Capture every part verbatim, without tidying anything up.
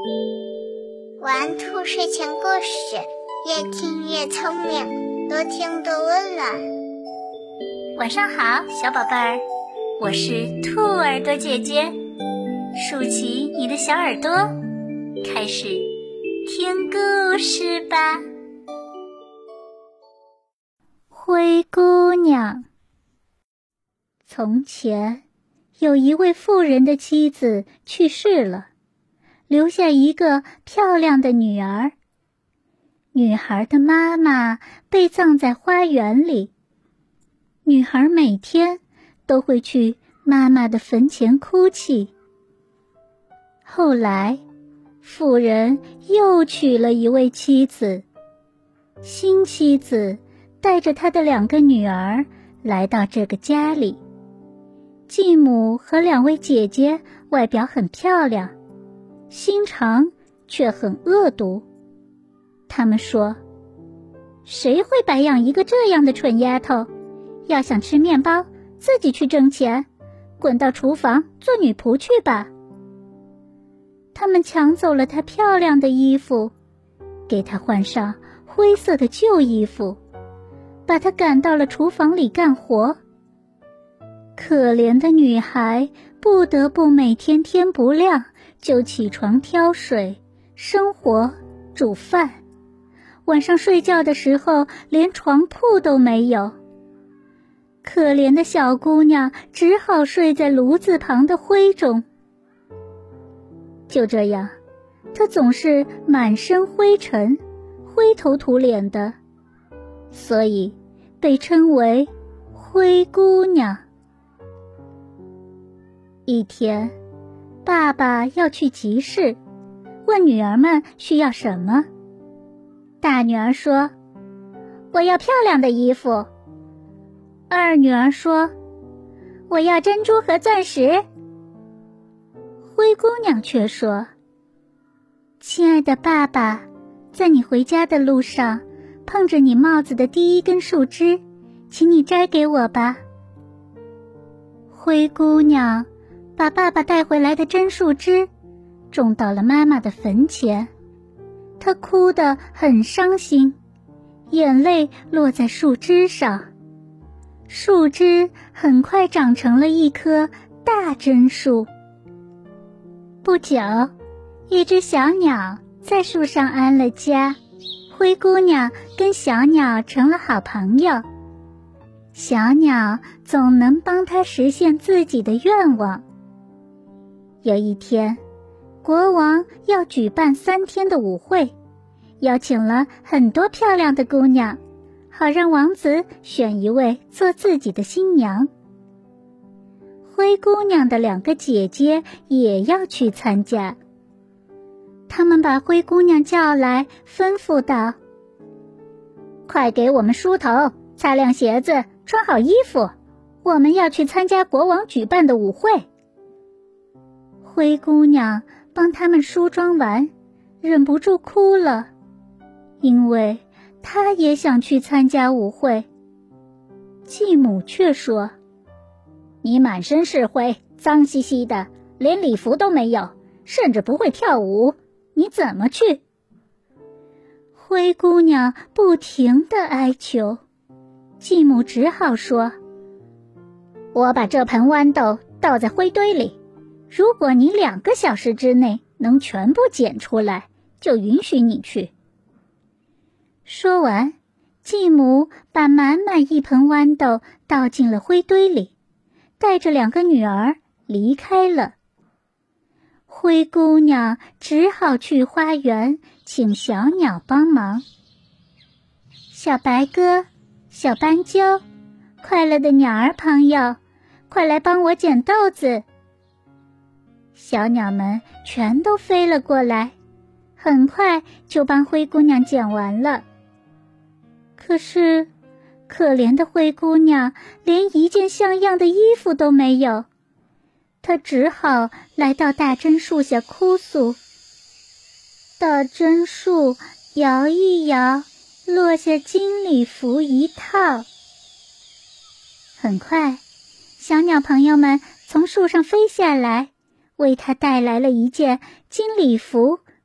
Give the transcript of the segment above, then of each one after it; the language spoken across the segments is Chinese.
玩兔睡前故事，越听越聪明，多听多温暖。 晚上好，小宝贝儿，我是兔耳朵姐姐，竖起你的小耳朵，开始听故事吧。灰姑娘。从前有一位富人的妻子去世了，留下一个漂亮的女儿。女孩的妈妈被葬在花园里，女孩每天都会去妈妈的坟前哭泣。后来，富人又娶了一位妻子，新妻子带着她的两个女儿来到这个家里。继母和两位姐姐外表很漂亮，心肠却很恶毒。他们说，谁会白养一个这样的蠢丫头？要想吃面包，自己去挣钱，滚到厨房做女仆去吧。他们抢走了她漂亮的衣服，给她换上灰色的旧衣服，把她赶到了厨房里干活。可怜的女孩不得不每天天不亮就起床挑水、生火、煮饭，晚上睡觉的时候连床铺都没有。可怜的小姑娘只好睡在炉子旁的灰中。就这样，她总是满身灰尘，灰头土脸的，所以被称为灰姑娘。一天，爸爸要去集市，问女儿们需要什么。大女儿说，我要漂亮的衣服。二女儿说，我要珍珠和钻石。灰姑娘却说，亲爱的爸爸，在你回家的路上，碰着你帽子的第一根树枝，请你摘给我吧。灰姑娘把爸爸带回来的真树枝种到了妈妈的坟前，她哭得很伤心，眼泪落在树枝上。树枝很快长成了一棵大真树。不久，一只小鸟在树上安了家，灰姑娘跟小鸟成了好朋友。小鸟总能帮她实现自己的愿望。有一天，国王要举办三天的舞会，邀请了很多漂亮的姑娘，好让王子选一位做自己的新娘。灰姑娘的两个姐姐也要去参加。他们把灰姑娘叫来，吩咐道，快给我们梳头，擦亮鞋子，穿好衣服，我们要去参加国王举办的舞会。灰姑娘帮他们梳妆完，忍不住哭了，因为她也想去参加舞会。继母却说，你满身是灰，脏兮兮的，连礼服都没有，甚至不会跳舞，你怎么去？灰姑娘不停地哀求，继母只好说，我把这盆豌豆倒在灰堆里，如果你两个小时之内能全部捡出来，就允许你去。说完，继母把满满一盆豌豆倒进了灰堆里，带着两个女儿离开了。灰姑娘只好去花园请小鸟帮忙。小白鸽，小斑鸠，快乐的鸟儿朋友，快来帮我捡豆子。小鸟们全都飞了过来，很快就帮灰姑娘捡完了。可是，可怜的灰姑娘连一件像样的衣服都没有，她只好来到大榛树下哭诉。大榛树摇一摇，落下金礼服一套。很快，小鸟朋友们从树上飞下来，为她带来了一件金礼服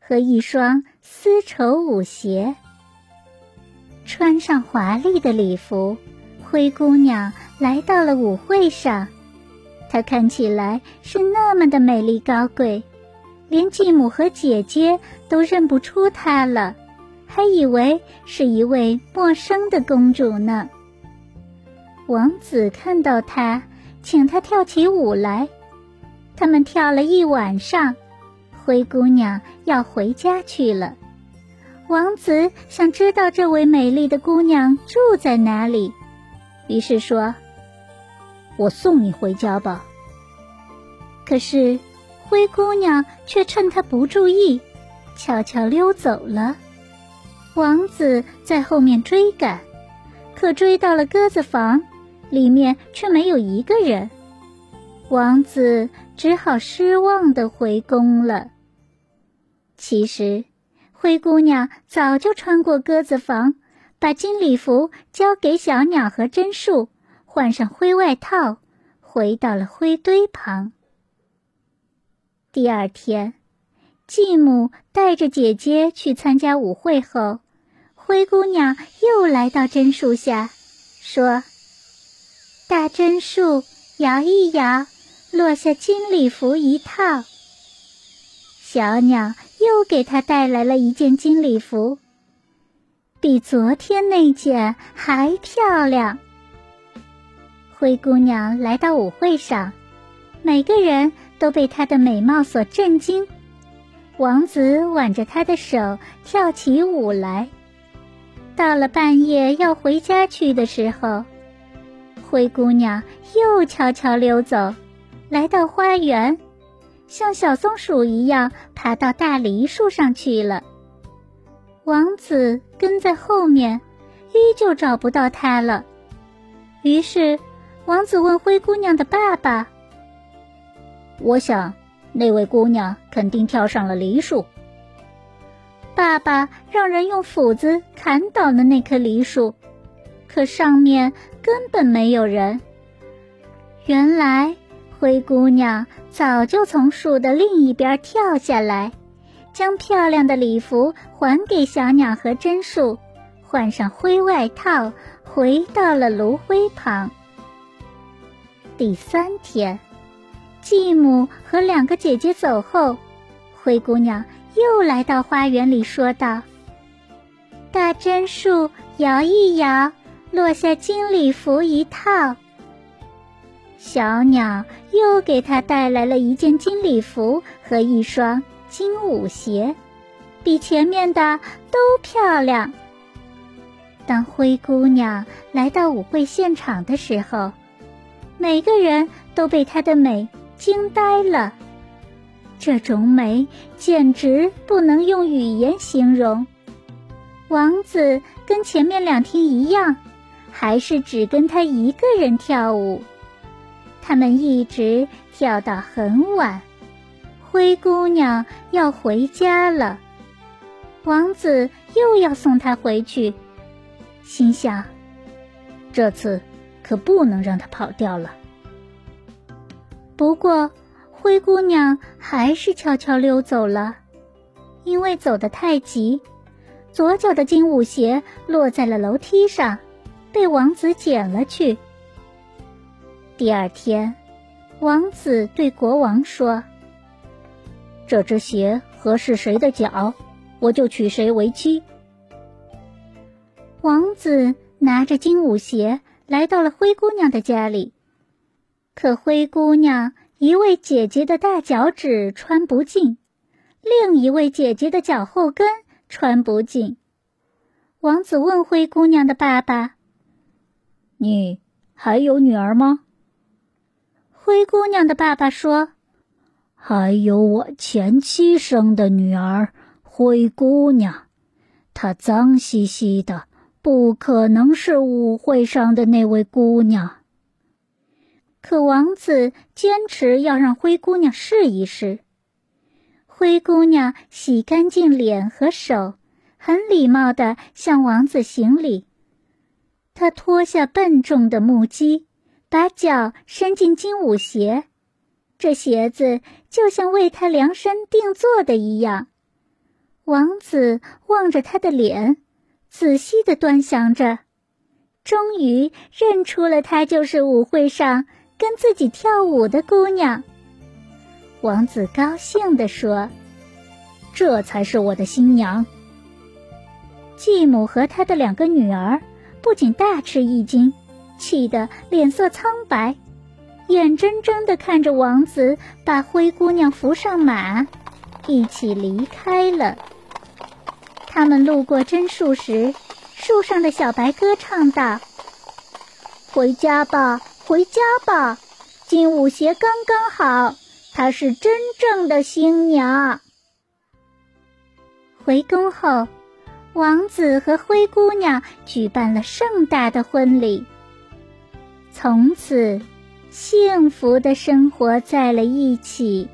和一双丝绸舞鞋。穿上华丽的礼服，灰姑娘来到了舞会上。她看起来是那么的美丽高贵，连继母和姐姐都认不出她了，还以为是一位陌生的公主呢。王子看到她，请她跳起舞来。他们跳了一晚上，灰姑娘要回家去了。王子想知道这位美丽的姑娘住在哪里，于是说：“我送你回家吧。”可是灰姑娘却趁他不注意，悄悄溜走了。王子在后面追赶，可追到了鸽子房，里面却没有一个人。王子只好失望地回宫了。其实灰姑娘早就穿过鸽子房，把金礼服交给小鸟和榛树，换上灰外套，回到了灰堆旁。第二天，继母带着姐姐去参加舞会后，灰姑娘又来到榛树下，说：“大榛树摇一摇，落下金礼服一套。”小鸟又给她带来了一件金礼服，比昨天那件还漂亮。灰姑娘来到舞会上，每个人都被她的美貌所震惊。王子挽着她的手跳起舞来。到了半夜要回家去的时候，灰姑娘又悄悄溜走，来到花园，像小松鼠一样爬到大梨树上去了。王子跟在后面，依旧找不到她了。于是王子问灰姑娘的爸爸：“我想那位姑娘肯定跳上了梨树。”爸爸让人用斧子砍倒了那棵梨树，可上面根本没有人。原来灰姑娘早就从树的另一边跳下来，将漂亮的礼服还给小鸟和榛树，换上灰外套，回到了炉灰旁。第三天，继母和两个姐姐走后，灰姑娘又来到花园里，说道：“大榛树摇一摇，落下金礼服一套。”小鸟又给她带来了一件金礼服和一双金舞鞋，比前面的都漂亮。当灰姑娘来到舞会现场的时候，每个人都被她的美惊呆了。这种美简直不能用语言形容。王子跟前面两天一样，还是只跟他一个人跳舞。他们一直跳到很晚，灰姑娘要回家了，王子又要送她回去，心想，这次可不能让她跑掉了。不过灰姑娘还是悄悄溜走了，因为走得太急，左脚的金舞鞋落在了楼梯上，被王子捡了去。第二天，王子对国王说：“这只鞋合适谁的脚，我就娶谁为妻。”王子拿着金舞鞋来到了灰姑娘的家里，可灰姑娘一位姐姐的大脚趾穿不进，另一位姐姐的脚后跟穿不进。王子问灰姑娘的爸爸：“你还有女儿吗？”灰姑娘的爸爸说：“还有我前妻生的女儿灰姑娘，她脏兮兮的，不可能是舞会上的那位姑娘。”可王子坚持要让灰姑娘试一试。灰姑娘洗干净脸和手，很礼貌地向王子行礼。她脱下笨重的木屐，把脚伸进金舞鞋，这鞋子就像为她量身定做的一样。 王子望着她的脸，仔细地端详着，终于认出了她就是舞会上跟自己跳舞的姑娘。王子高兴地说：“这才是我的新娘。”继母和她的两个女儿不仅大吃一惊，气得脸色苍白，眼睁睁地看着王子把灰姑娘扶上马，一起离开了。他们路过榛树时，树上的小白鸽唱道：“回家吧，回家吧，金舞鞋刚刚好，她是真正的新娘。”回宫后，王子和灰姑娘举办了盛大的婚礼，从此幸福地生活在了一起。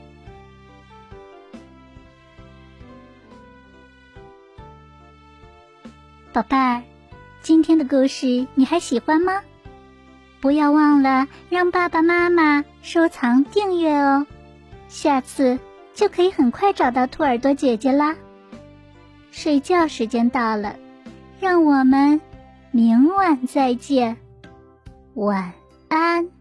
宝贝儿，今天的故事你还喜欢吗？不要忘了让爸爸妈妈收藏订阅哦，下次就可以很快找到兔耳朵姐姐啦。睡觉时间到了，让我们明晚再见，晚安。